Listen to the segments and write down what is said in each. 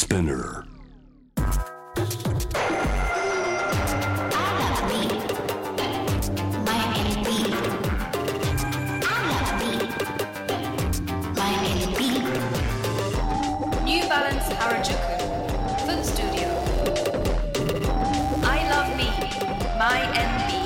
Spinner. New Balance Harajuku Foot Studio. I love me, my NB.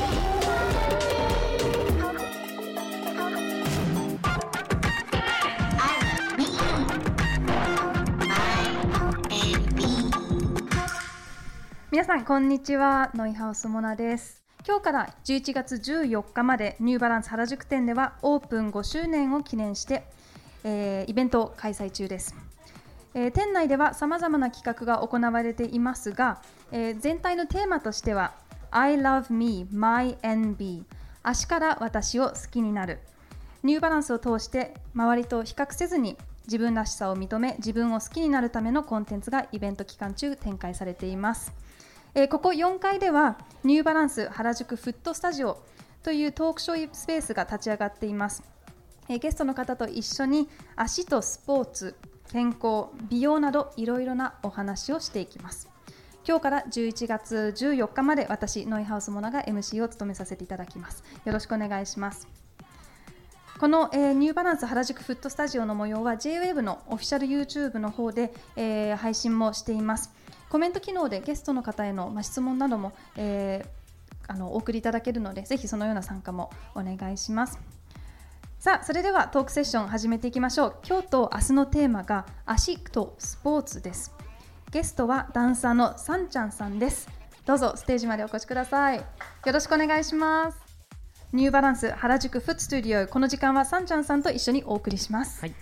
皆さんこんにちは、ノイハウスモナです。今日から11月14日までニューバランス原宿店ではオープン5周年を記念して、イベントを開催中です。店内ではさまざまな企画が行われていますが、全体のテーマとしては I love me, my NB 足から私を好きになる。ニューバランスを通して周りと比較せずに自分らしさを認め自分を好きになるためのコンテンツがイベント期間中展開されています。ここ4階ではニューバランス原宿フットスタジオというトークショースペースが立ち上がっています。ゲストの方と一緒に足とスポーツ、健康、美容などいろいろなお話をしていきます。今日から11月14日まで私ノイハウスモナが MC を務めさせていただきます。よろしくお願いします。この、ニューバランス原宿フットスタジオの模様は JWAVE のオフィシャル YouTube の方で、配信もしています。コメント機能でゲストの方への、質問なども、お送りいただけるのでぜひそのような参加もお願いします。さあそれではトークセッション始めていきましょう。今日と明日のテーマが足とスポーツです。ゲストはダンサーのサンちゃんさんです。どうぞステージまでお越しください。よろしくお願いします。ニューバランス原宿フットスタジオ、この時間はサンちゃんさんと一緒にお送りします。はい。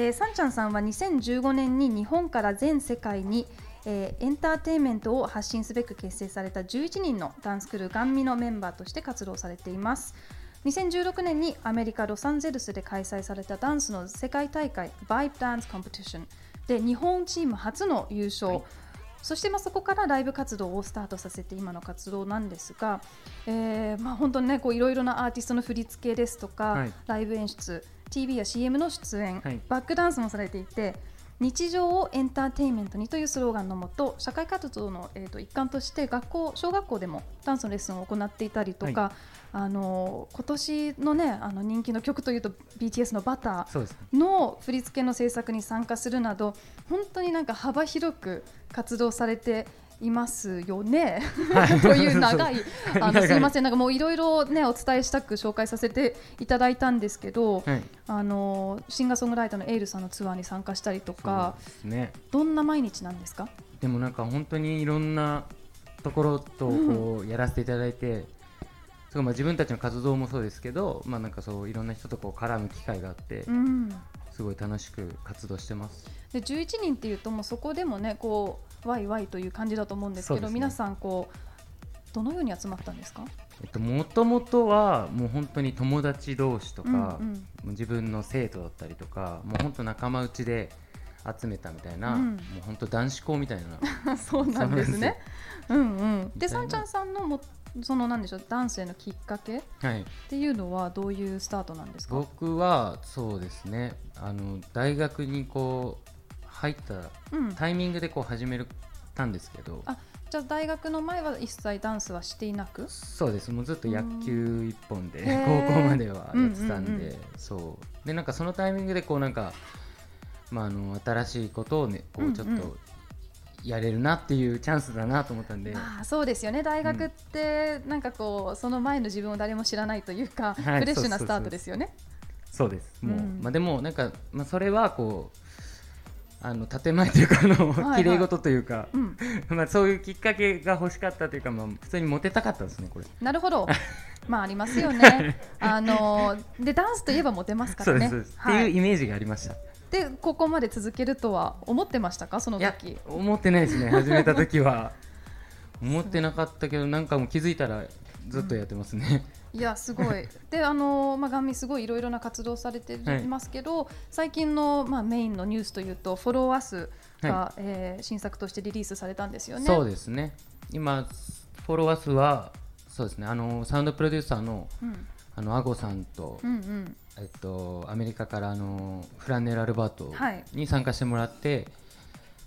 サンちゃんさんは2015年に日本から全世界にエンターテインメントを発信すべく結成された11人のダンスクルーガンミのメンバーとして活動されています。2016年にアメリカ・ロサンゼルスで開催されたダンスの世界大会 Vibe Dance Competition で日本チーム初の優勝、はい、そしてそこからライブ活動をスタートさせて今の活動なんですが、本当にねいろいろなアーティストの振り付けですとか、はい、ライブ演出、 TV や CM の出演、はい、バックダンスもされていて、日常をエンターテインメントにというスローガンのもと社会活動の、一環として小学校でもダンスのレッスンを行っていたりとか、はい、今年のね人気の曲というと BTS のバターの振り付けの制作に参加するなど本当に幅広く活動されていますよね、はい、という長いすいませんもういろいろねお伝えしたく紹介させていただいたんですけど、はい、シンガーソングライターのエイルさんのツアーに参加したりとか、ね、どんな毎日なんですか？ でも本当にいろんなところとやらせていただいて、自分たちの活動もそうですけど、そういろんな人と絡む機会があって、すごい楽しく活動してます。 で11人っていうともうそこでもねワイワイという感じだと思うんですけど、皆さんどのように集まったんですか？ もともとはもう本当に友達同士とか、自分の生徒だったりとかもう本当仲間内で集めたみたいな、もう本当男子校みたいなそうなんですね。でサンちゃんさんのなんでしょう、ダンスへのきっかけ、はい、っていうのはどういうスタートなんですか？ 僕はそうですね、大学に入ったタイミングで始めたんですけど、 じゃあ大学の前は一切ダンスはしていなく？ そうです、もうずっと野球一本で高校まではやってたんで、そうでそのタイミングで新しいことをねちょっとやれるなっていうチャンスだなと思ったんで、 そうですよね。大学ってその前の自分を誰も知らないというか、はい、フレッシュなスタートですよね。 そうです。もう、でもそれは建前というか綺麗事というか、そういうきっかけが欲しかったというか、普通にモテたかったですねこれ。 なるほど。ありますよね。でダンスといえばモテますからね。 そうです、はい、っていうイメージがありました。 でここまで続けるとは思ってましたか？その時。 いや思ってないですね。始めた時は思ってなかったけどもう気づいたらずっとやってますね。 いやすごい。でガンミすごいいろいろな活動されていますけど、最近の、メインのニュースというとフォローアスが、新作としてリリースされたんですよね。 そうですね。今フォローアスはそうですね、サウンドプロデューサーの、アゴさんと、アメリカからフランネル・アルバートに参加してもらって、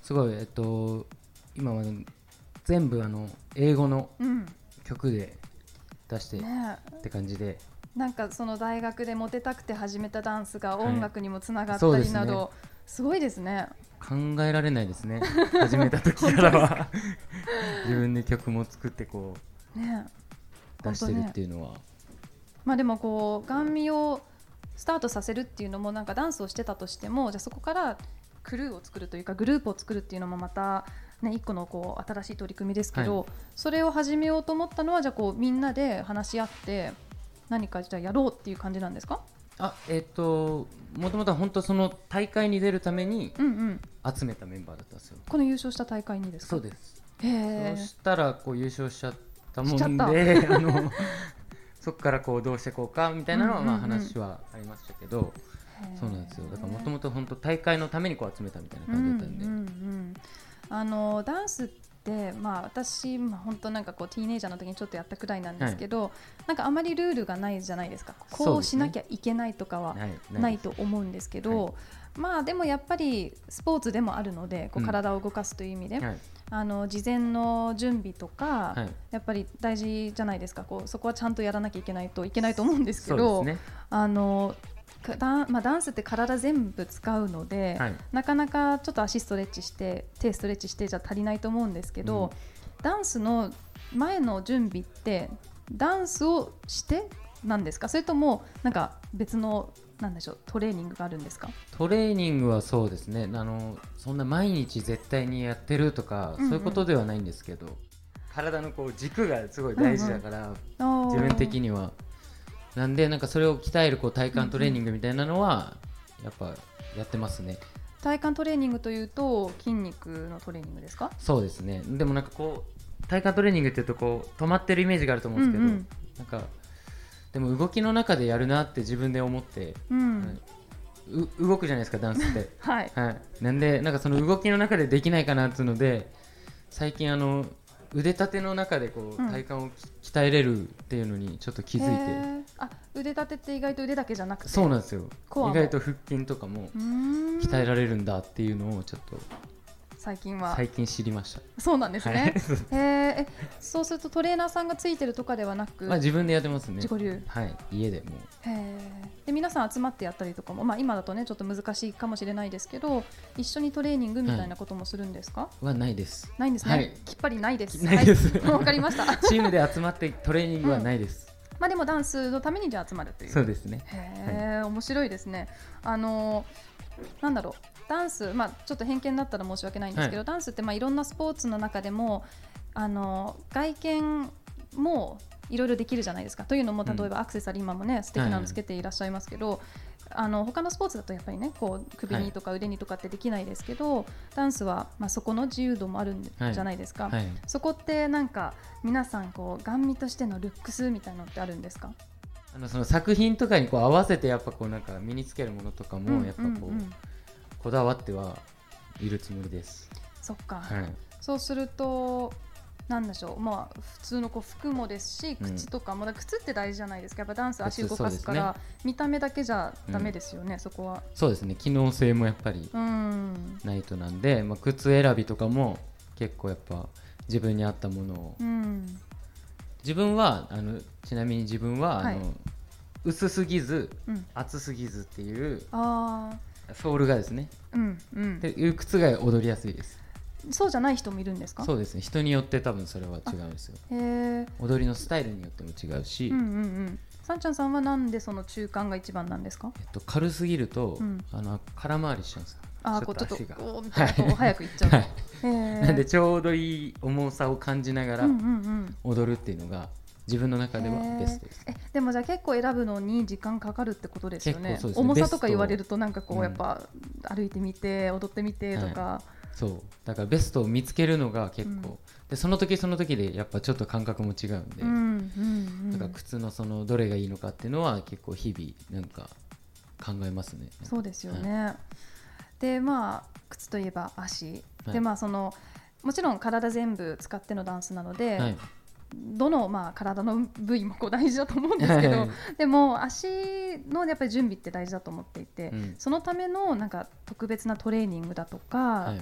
すごい今は全部英語の曲で出してって感じで、 なんかその大学でモテたくて始めたダンスが音楽にもつながったりなど、すごいですね。 考えられないですね始めた時からは自分で曲も作ってこう、出してるっていうのは、 まあでもこうガンミをスタートさせるっていうのもなんかダンスをしてたとしても、じゃあそこからクルーを作るというかグループを作るっていうのもまたね一個のこう新しい取り組みですけど、それを始めようと思ったのはじゃあこうみんなで話し合って何かじゃあやろうっていう感じなんですか？ もともとは本当その大会に出るために集めたメンバーだったんですよ。 この優勝した大会にですか？ そうです。 へそしたらこう優勝しちゃったもんでそこからこうどうしていこうかみたいなのはまあ話はありましたけど、そうなんですよ。だからもともと本当大会のためにこう集めたみたいな感じだったんで、 ダンスってまあ私本当なんかこうティーネイジャーの時にちょっとやったくらいなんですけど、なんかあまりルールがないじゃないですか。こうしなきゃいけないとかはないと思うんですけど、まあでもやっぱりスポーツでもあるのでこう体を動かすという意味で、事前の準備とか、やっぱり大事じゃないですか。こうそこはちゃんとやらなきゃいけないと思うんですけど、ダンスって体全部使うので、なかなかちょっと足ストレッチして手ストレッチしてじゃ足りないと思うんですけど、ダンスの前の準備ってダンスをしてなんですか？それともなんか別のなんでしょうトレーニングがあるんですか？ トレーニングはそうですね、そんな毎日絶対にやってるとか、そういうことではないんですけど、体のこう軸がすごい大事だから、自分的にはなんでなんかそれを鍛えるこう体幹トレーニングみたいなのはやっぱやってますね。 体幹トレーニングというと筋肉のトレーニングですか？ そうですね。でもなんかこう体幹トレーニングっていうとこう止まってるイメージがあると思うんですけど、なんかでも動きの中でやるなって自分で思って、動くじゃないですかダンスってなんでなんかその動きの中でできないかなっていうので、最近腕立ての中でこう体幹を鍛えれるっていうのにちょっと気づいて、 腕立てって意外と腕だけじゃなくて、 そうなんですよ。意外と腹筋とかも鍛えられるんだっていうのをちょっと最近知りました。 そうなんですね。そうするとトレーナーさんがついてるとかではなく、 自分でやってますね。 自己流。 家でも。 で皆さん集まってやったりとかも、今だとねちょっと難しいかもしれないですけど、一緒にトレーニングみたいなこともするんですか？ ないです。 ないんですね。きっぱりないです。 ないです。 わかりました。 チームで集まってトレーニングはないです。 でもダンスのためにじゃあ集まるという。 そうですね。 面白いですね。なんだろう、ダンス、ちょっと偏見だったら申し訳ないんですけど、ダンスっていろんなスポーツの中でも外見もいろいろできるじゃないですか。というのも例えばアクセサリー今もね素敵なのつけていらっしゃいますけど、他のスポーツだとやっぱりねこう首にとか腕にとかってできないですけど、ダンスはそこの自由度もあるんじゃないですか。そこってなんか皆さんこうガン見としてのルックスみたいなのってあるんですか？ その作品とかにこう合わせてやっぱこうなんか身につけるものとかもやっぱこうこだわってはいるつもりです。 そっか、そうするとなんでしょう、普通のこう服もですし靴とかも、靴って大事じゃないですか。やっぱダンス足動かすから、見た目だけじゃダメですよね、そこは。そうですね、 機能性もやっぱりないとなんで、靴選びとかも結構やっぱ自分に合ったものを、自分はちなみに自分は、薄すぎず、厚すぎずっていうソールがですね、っていう靴が踊りやすいです。 そうじゃない人もいるんですか？ そうですね、人によって多分それは違うんですよ。踊りのスタイルによっても違うし、 さんちゃんさんはなんでその中間が一番なんですか？ 軽すぎると、空回りしちゃうんですよ。 ちょっとこうみたいな早くいっちゃう。 なんでちょうどいい重さを感じながら踊るっていうのが自分の中ではベストです。 でもじゃあ結構選ぶのに時間かかるってことですよね。重さとか言われるとなんかこうやっぱ歩いてみて踊ってみてとか、 そうだからベストを見つけるのが結構、でその時その時でやっぱちょっと感覚も違うんで、だから靴のそのどれがいいのかっていうのは結構日々なんか考えますね。 そうですよね。で靴といえば足で、そのもちろん体全部使ってのダンスなので、どの体の部位もこう大事だと思うんですけどでも足のやっぱり準備って大事だと思っていて、そのためのなんか特別なトレーニングだとか、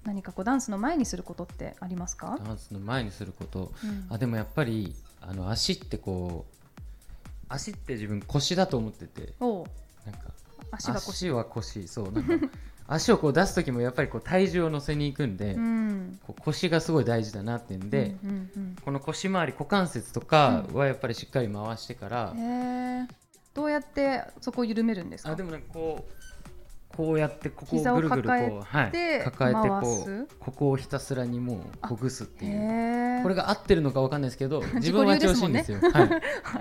何かこうダンスの前にすることってありますか？ ダンスの前にすること、 うん、 でもやっぱり足って足って自分腰だと思ってて、なんか足は腰、そうなんか足をこう出す時もやっぱりこう体重を乗せに行くんで、 うん、 こう腰がすごい大事だなっていうんで、 うんうんうん、 この腰回り股関節とかはやっぱりしっかり回してから、 どうやってそこを緩めるんですか？ でもなんかこうやってここをぐるぐる抱えてここをひたすらにもうほぐすっていう、これが合ってるのかわかんないですけど自分は調子いいんですよ。はい、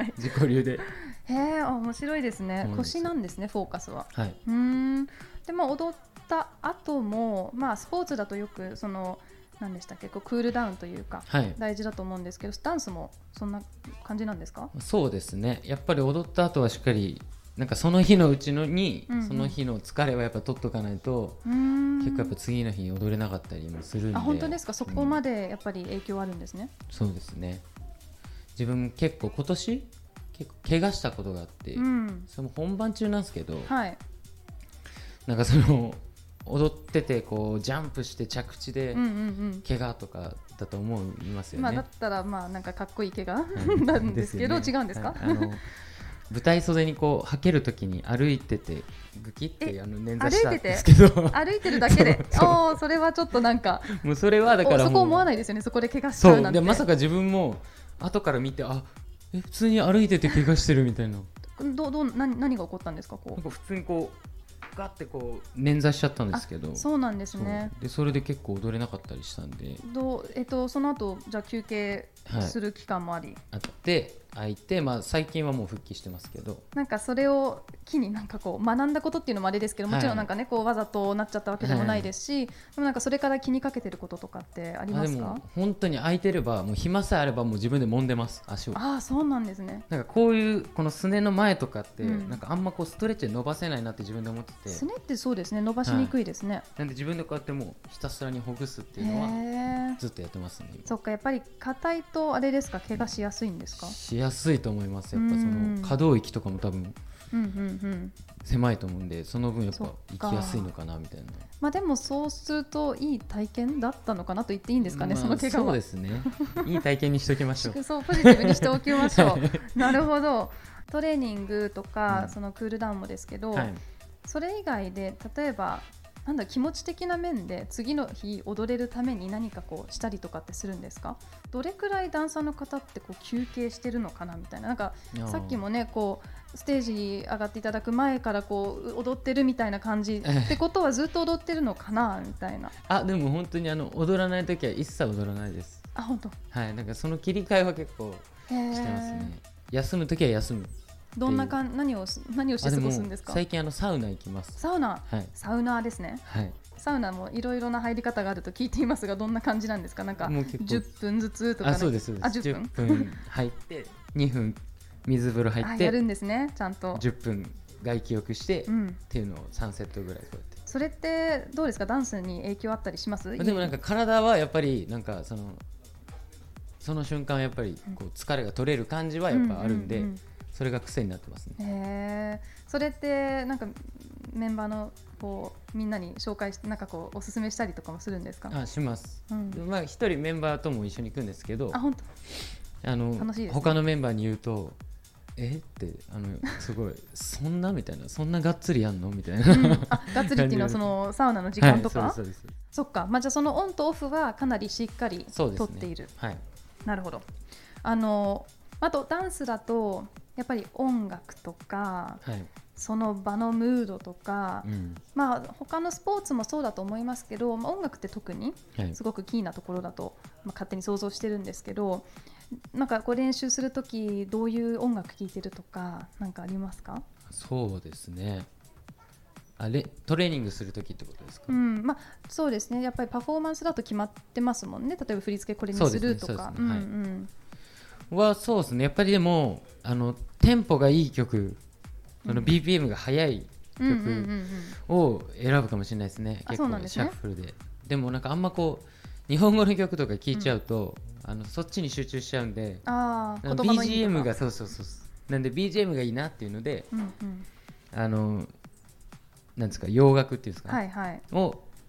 自己流で。 面白いですね。腰なんですね、フォーカスは。 はい、 でも踊った後も、スポーツだとよく何でしたっけ、こうクールダウンというか、大事だと思うんですけど、ダンスもそんな感じなんですか？ そうですね、やっぱり踊った後はしっかりなんかその日のうちのに、その日の疲れはやっぱ取っとかないと、結構やっぱ次の日踊れなかったりもするんで。 本当ですか？そこまでやっぱり影響あるんですね。 そうですね、自分結構今年怪我したことがあって、それも本番中なんですけど、なんか踊っててこうジャンプして着地で怪我とかだと思いますよね。 だったらなんかかっこいい怪我なんですけど、違うんですか？ 舞台袖にこうはけるときに歩いててグキって捻挫したんですけど、 歩いてるだけでそれはちょっとなんかもうそれはだからそこ思わないですよね。そこで怪我しちゃうなんて。 でまさか自分も後から見て普通に歩いてて怪我してるみたいな。 何が起こったんですか？ なんか普通にガッて捻挫しちゃったんですけど。 そうなんですね。 それで結構踊れなかったりしたんで、 その後じゃあ休憩する期間もあり、 あって空いて、最近はもう復帰してますけど、 なんかそれを機になんか学んだことっていうのもあれですけど、もちろんなんかねわざとなっちゃったわけでもないですし、でもなんかそれから気にかけてることとかってありますか？ でも本当に空いてればもう暇さえあればもう自分で揉んでます、足を。 そうなんですね。 なんかこういうこのすねの前とかって、なんかあんまストレッチで伸ばせないなって自分で思ってて。 すねってそうですね、伸ばしにくいですね。 なんで自分でこうやってもうひたすらにほぐすっていうのはずっとやってますね。 そっか、やっぱり硬いとあれですか、怪我しやすいんですか？ しやすいと思います。やっぱ可動域とかも多分狭いと思うんで、その分やっぱ行きやすいのかなみたいな。 でもそうするといい体験だったのかなと言っていいんですかね、その怪我は。 そうですね、いい体験にしておきましょう。 そうポジティブにしておきましょう。なるほど。トレーニングとか、そのクールダウンもですけど、それ以外で例えば気持ち的な面で次の日踊れるために何かしたりとかってするんですか？どれくらいダンサーの方って休憩してるのかなみたいな。なんかさっきもねステージに上がっていただく前から踊ってるみたいな感じってことはずっと踊ってるのかなみたいな。 でも本当に踊らないときは一切踊らないです。 本当。 なんかその切り替えは結構してますね。休むときは休む。 何をして過ごすんですか？ 最近サウナ行きます。 サウナ、サウナーですね。サウナもいろいろな入り方があると聞いていますが、どんな感じなんですか？なんか10分ずつとか、 そうです。10分入って2分水風呂入ってやるんですね。ちゃんと 10分外気浴して、っていうのを3セットぐらいこうやって。 それってどうですか？ダンスに影響あったりします？ でもなんか体はやっぱりなんかその瞬間やっぱり疲れが取れる感じはやっぱあるんで、それが癖になってますね。 それってなんかメンバーのみんなに紹介しておすすめしたりとかもするんですか？ します。一人メンバーとも一緒に行くんですけど、 本当。楽しいですね。 他のメンバーに言うとってすごいそんなみたいな、そんながっつりやんのみたいな、 がっつりっていうのはそのサウナの時間とか。 そうです。 そっか。じゃあそのオンとオフはかなりしっかりとっている。なるほど。あとダンスだとやっぱり音楽とか、その場のムードとか、他のスポーツもそうだと思いますけど、音楽って特にすごくキーなところだと、勝手に想像してるんですけど、なんか練習するときどういう音楽聴いてるとかなんかありますか？ そうですね。トレーニングするときってことですか？ そうですね。やっぱりパフォーマンスだと決まってますもんね。例えば振り付けこれにするとか。 そうですね。やっぱりでもテンポがいい曲、BPM が速い曲を選ぶかもしれないですね。結構シャッフルで。でもなんかあんま日本語の曲とか聴いちゃうと、そっちに集中しちゃうんで、BGM がそうなんで BGM がいいなっていうので、なんですか、洋楽っていうんですか、を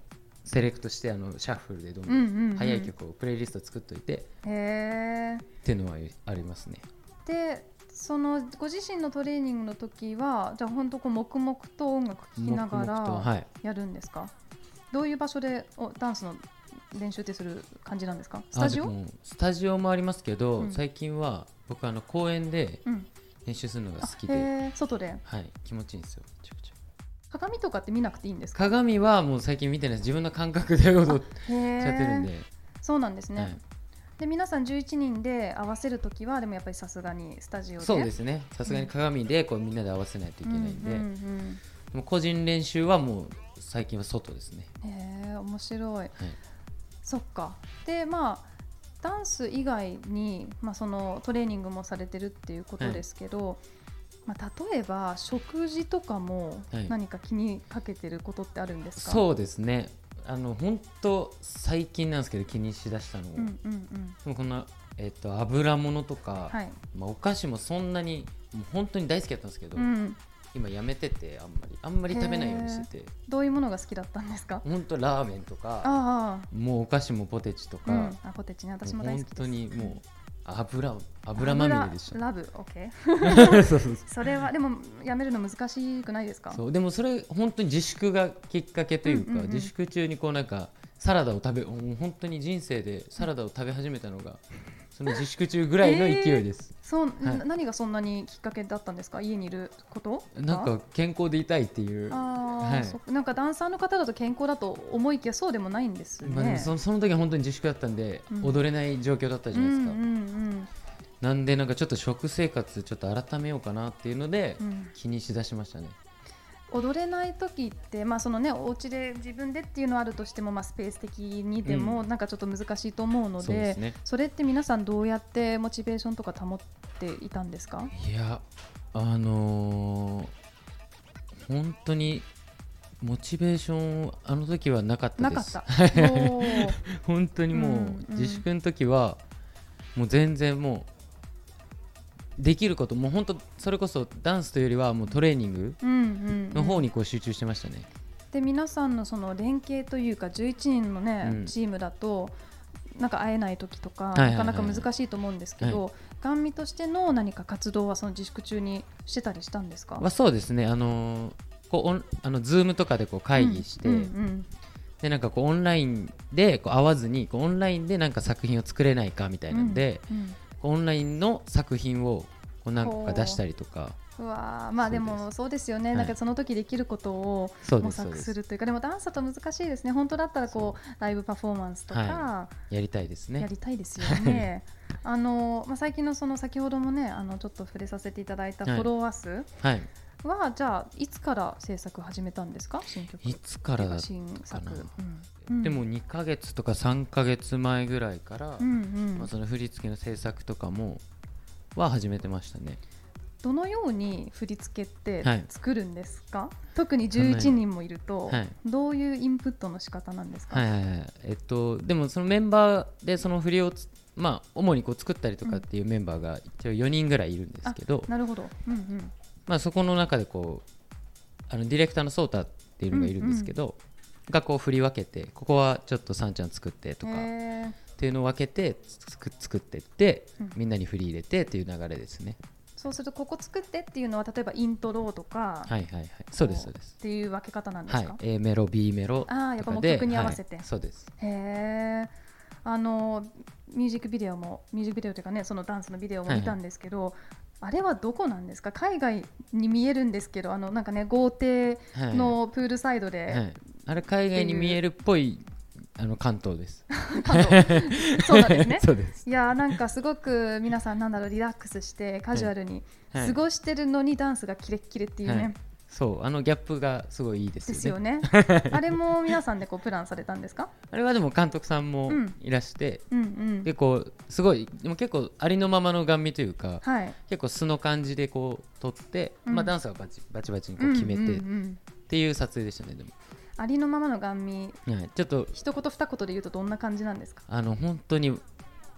セレクトしてシャッフルでどんどん速い曲をプレイリスト作っといて、っていうのはありますね。 でそのご自身のトレーニングの時はじゃあ本当こう黙々と音楽聴きながらやるんですか？どういう場所でダンスの練習ってする感じなんですか？スタジオ？ スタジオもありますけど、最近は僕公園で練習するのが好きで、 外で、 はい、気持ちいいんですよ。めちゃくちゃ鏡とかって見なくていいんですか？ 鏡はもう最近見てないです。自分の感覚で踊っちゃってるんで。 そうなんですね、はい、で皆さん11人で合わせるときはでもやっぱりさすがにスタジオで、 そうですね、さすがに鏡でこうみんなで合わせないといけないんで、もう個人練習はもう最近は外ですね。 面白い、 はい、 そっか。でダンス以外に、そのトレーニングもされてるっていうことですけど、例えば食事とかも何か気にかけてることってあるんですか？ そうですね、本当最近なんですけど気にしだしたのを、でもこんな、油物とか、はい、お菓子もそんなにもう本当に大好きだったんですけど、今やめててあんまり食べないようにしてて。 どういうものが好きだったんですか？ 本当ラーメンとか、もうお菓子もポテチとか、 ポテチね、私も大好きです。 本当にもう油まみれでした。 ラブ、オッケー。それはでもやめるの難しくないですか？ そうでもそれ本当に自粛がきっかけというか、自粛中にこうなんかサラダを本当に人生でサラダを食べ始めたのがその自粛中ぐらいの勢いです。 何がそんなにきっかけだったんですか？家にいることなんか健康でいたいっていう。 なんかダンサーの方だと健康だと思いきやそうでもないんですね。 その時は本当に自粛だったんで、踊れない状況だったじゃないですか。なんでなんかちょっと食生活ちょっと改めようかなっていうので気にしだしましたね。 踊れない時ってそのねお家で自分でっていうのはあるとしても、スペース的にでもなんかちょっと難しいと思うので、それって皆さんどうやってモチベーションとか保っていたんですか？ いや本当にモチベーションあの時はなかったです。本当にもう自粛の時はもう全然もうできることもう本当それこそダンスというよりはもうトレーニングの方にこう集中してましたね。 で皆さんのその連携というか11人のね、チームだとなんか会えない時とかなかなか難しいと思うんですけど、ガンミとしての何か活動はその自粛中にしてたりしたんですか？ そうですね、こうズームとかでこう会議して、でなんかこうオンラインでこう会わずにこうオンラインでなんか作品を作れないかみたいなので、オンラインの作品をこうなんか出したりとか。 でもそうですよね、なんかその時できることを模索するというか、でもダンスだと難しいですね。本当だったらこうライブパフォーマンスとか、 やりたいですね。 やりたいですよね。最近のその先ほどもねちょっと触れさせていただいたフォロワー数は、じゃあいつから制作始めたんですか？新曲いつからだったかな、でも2ヶ月とか3ヶ月前ぐらいから、その振り付けの制作とかもは始めてましたね。 どのように振り付けって作るんですか？特に11人もいると、どういうインプットの仕方なんですか？ でもそのメンバーでその振りを主にこう作ったりとかっていうメンバーが一応4人ぐらいいるんですけど、 なるほど、 そこの中でこうディレクターのソータっていうのがいるんですけど、がこう振り分けて、ここはちょっとサンちゃん作ってとかっていうのを分けて作っていって、みんなに振り入れてっていう流れですね。 そうするとここ作ってっていうのは例えばイントロとか、 そうですそうですっていう分け方なんですか？ A メロ B メロとかで、 やっぱもう曲に合わせて、 そうです。 へえ。ミュージックビデオというかね、そのダンスのビデオも見たんですけど、あれはどこなんですか？海外に見えるんですけど、なんかね豪邸のプールサイドで、 あれ海外に見えるっぽい関東です。 関東そうなんですね。 そうです。 いやなんかすごく皆さんリラックスしてカジュアルに過ごしてるのにダンスがキレッキレっていうね、 そうギャップがすごいいいですよね。 あれも皆さんでこうプランされたんですか？ あれはでも監督さんもいらして、結構すごいでも結構ありのままのガンミというか、結構素の感じでこう撮って、ダンスはバチバチにこう決めてっていう撮影でしたね。でもありのままのガンミ、 ちょっと一言二言で言うとどんな感じなんですか？ 本当に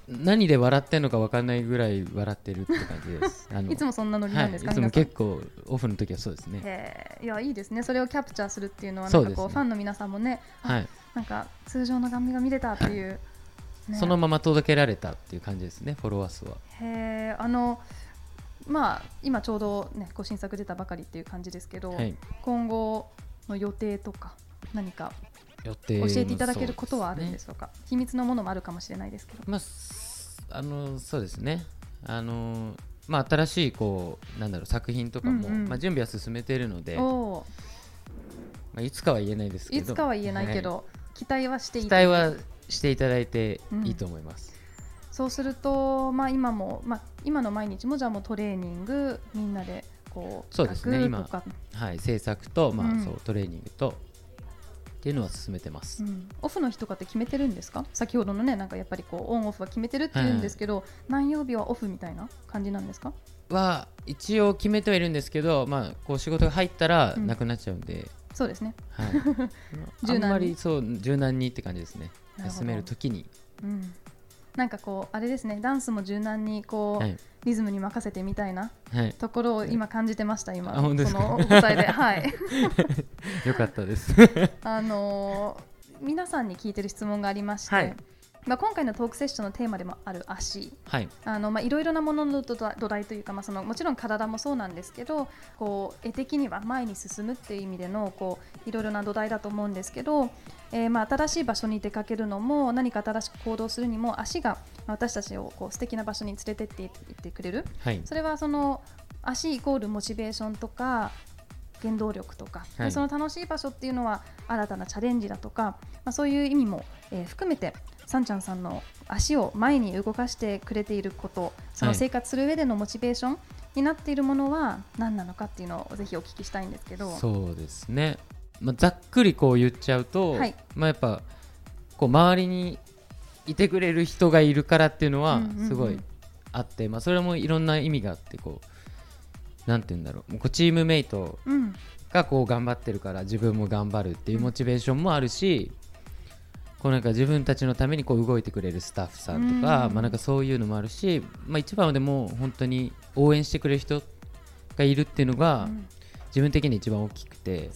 何で笑ってんのか分かんないぐらい笑ってるって感じですいつもそんなノリなんですか？ いつも結構オフの時はそうですね。 いやいいですね。それをキャプチャーするっていうのはそうですね、 なんかこうファンの皆さんもね、なんか通常のガンビが見れたっていう、 そのまま届けられたっていう感じですね、フォロワー数は。 まあ今ちょうどねご新作出たばかりっていう感じですけど、今後の予定とか何か教えていただけることはあるんでしょうか？秘密のものもあるかもしれないですけど。 そうですね。新しい作品とかも、準備は進めているので、いつかは言えないですけど、 いつかは言えないけど、期待はしていただいていいと思います。 そうすると、今の毎日もじゃあもうトレーニングみんなでこうそうですね、今制作と、そうトレーニングとっていうのは進めてます。 オフの日とかって決めてるんですか？先ほどのねなんかやっぱりこうオンオフは決めてるって言うんですけど、何曜日はオフみたいな感じなんですか？ は一応決めてはいるんですけど、こう仕事が入ったらなくなっちゃうんで、 そうですね、 あんまり柔軟にって感じですね。休めるときに、 なんかこうあれですね、ダンスも柔軟にこう、リズムに任せてみたいなところを今感じてました。今そのお答えでよかったです皆さんに聞いてる質問がありまして、今回のトークセッションのテーマでもある足、いろいろなものの土台というか、もちろん体もそうなんですけど、こう絵的には前に進むっていう意味でのこういろいろな土台だと思うんですけど、新しい場所に出かけるのも何か新しく行動するにも足が私たちをこう素敵な場所に連れてっていってくれる、それはその足イコールモチベーションとか原動力とか、その楽しい場所っていうのは新たなチャレンジだとか、そういう意味も、含めてさんちゃんさんの足を前に動かしてくれていること、その生活する上でのモチベーションになっているものは何なのかっていうのをぜひお聞きしたいんですけど。 そうですね、ざっくりこう言っちゃうと、やっぱこう周りにいてくれる人がいるからっていうのはすごいあって、それもいろんな意味があって、こうなんて言うんだろう、こうチームメイトがこう頑張ってるから自分も頑張るっていうモチベーションもあるし、こうなんか自分たちのためにこう動いてくれるスタッフさんとか、なんかそういうのもあるし、一番でも本当に応援してくれる人がいるっていうのが自分的に一番大きくて、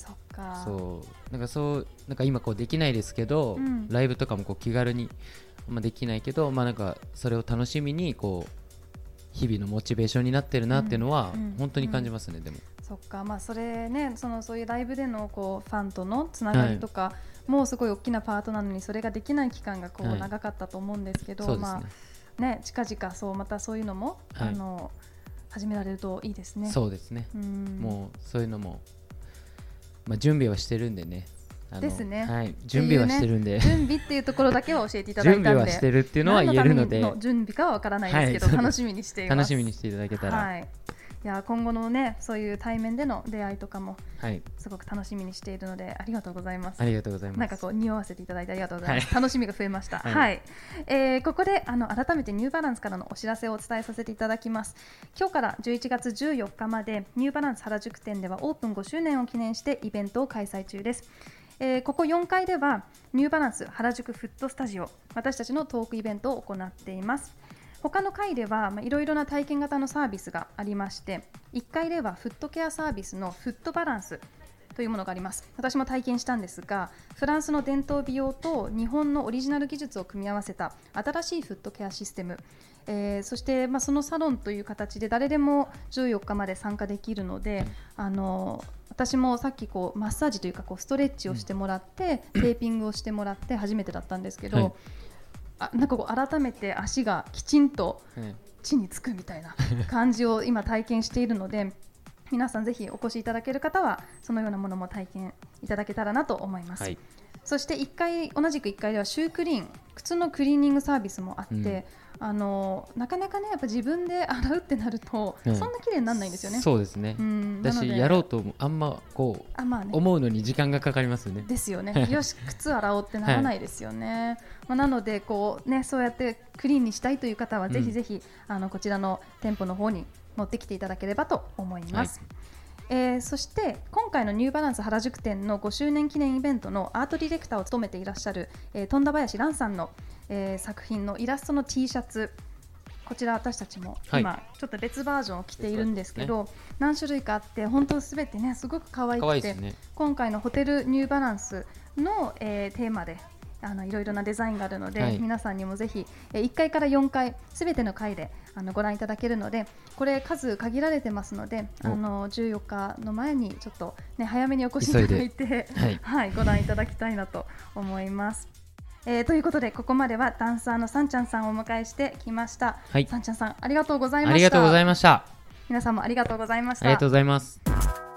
なんか今こうできないですけど、ライブとかもこう気軽にできないけど、なんかそれを楽しみにこう日々のモチベーションになってるなっていうのは本当に感じますね。でもそっか、それね、そういうライブでのこうファンとのつながりとか、もうすごい大きなパートなのにそれができない期間がこう長かったと思うんですけど、近々またそういうのも、始められるといいですね。 そうですね、もうそういうのも、準備はしてるんでね。 ですね、 準備はしてるんで、 準備っていうところだけは教えていただいたんで、 準備はしてるっていうのは言えるので、 何のための準備かはわからないですけど、楽しみにしています。 楽しみにしていただけたら、 いや今後のねそういう対面での出会いとかもすごく楽しみにしているので、ありがとうございます。 ありがとうございます。 なんかこう匂わせていただいてありがとうございます。楽しみが増えました。ここで改めてニューバランスからのお知らせをお伝えさせていただきます。今日から11月14日までニューバランス原宿店ではオープン5周年を記念してイベントを開催中です。ここ4階ではニューバランス原宿フットスタジオ、私たちのトークイベントを行っています。他の階ではいろいろな体験型のサービスがありまして、1階ではフットケアサービスのフットバランスというものがあります。私も体験したんですが、フランスの伝統美容と日本のオリジナル技術を組み合わせた新しいフットケアシステム、そして、そのサロンという形で誰でも14日まで参加できるので、私もさっきこうマッサージというかこうストレッチをしてもらって、テーピングをしてもらって初めてだったんですけど、なんかこう改めて足がきちんと地につくみたいな感じを今体験しているので、皆さんぜひお越しいただける方はそのようなものも体験いただけたらなと思います。そして同じく1階ではシュークリーン、靴のクリーニングサービスもあって、なかなかねやっぱ自分で洗うってなると、そんな綺麗にならないんですよね。 そうですね、だしやろうとあんまこう思うのに時間がかかりますよね。 ですよね。よし靴洗おうってならないですよね。なのでこう、そうやってクリーンにしたいという方はぜひぜひ、こちらの店舗の方に持ってきていただければと思います。 そして今回のニューバランス原宿店の5周年記念イベントのアートディレクターを務めていらっしゃる、富田林蘭さんの、作品のイラストの T シャツ、こちら私たちも今ちょっと別バージョンを着ているんですけど、何種類かあって本当すべてねすごく可愛くて、今回のホテルニューバランスの、テーマでいろいろなデザインがあるので、皆さんにもぜひ1階から4階すべての階でご覧いただけるので、これ数限られてますので14日の前にちょっと、ね、早めにお越しいただいて、ご覧いただきたいなと思います。ということでここまではダンサーのさんちゃんさんをお迎えしてきました。さんちゃんさんありがとうございました。 ありがとうございました。 皆さんもありがとうございました。 ありがとうございます。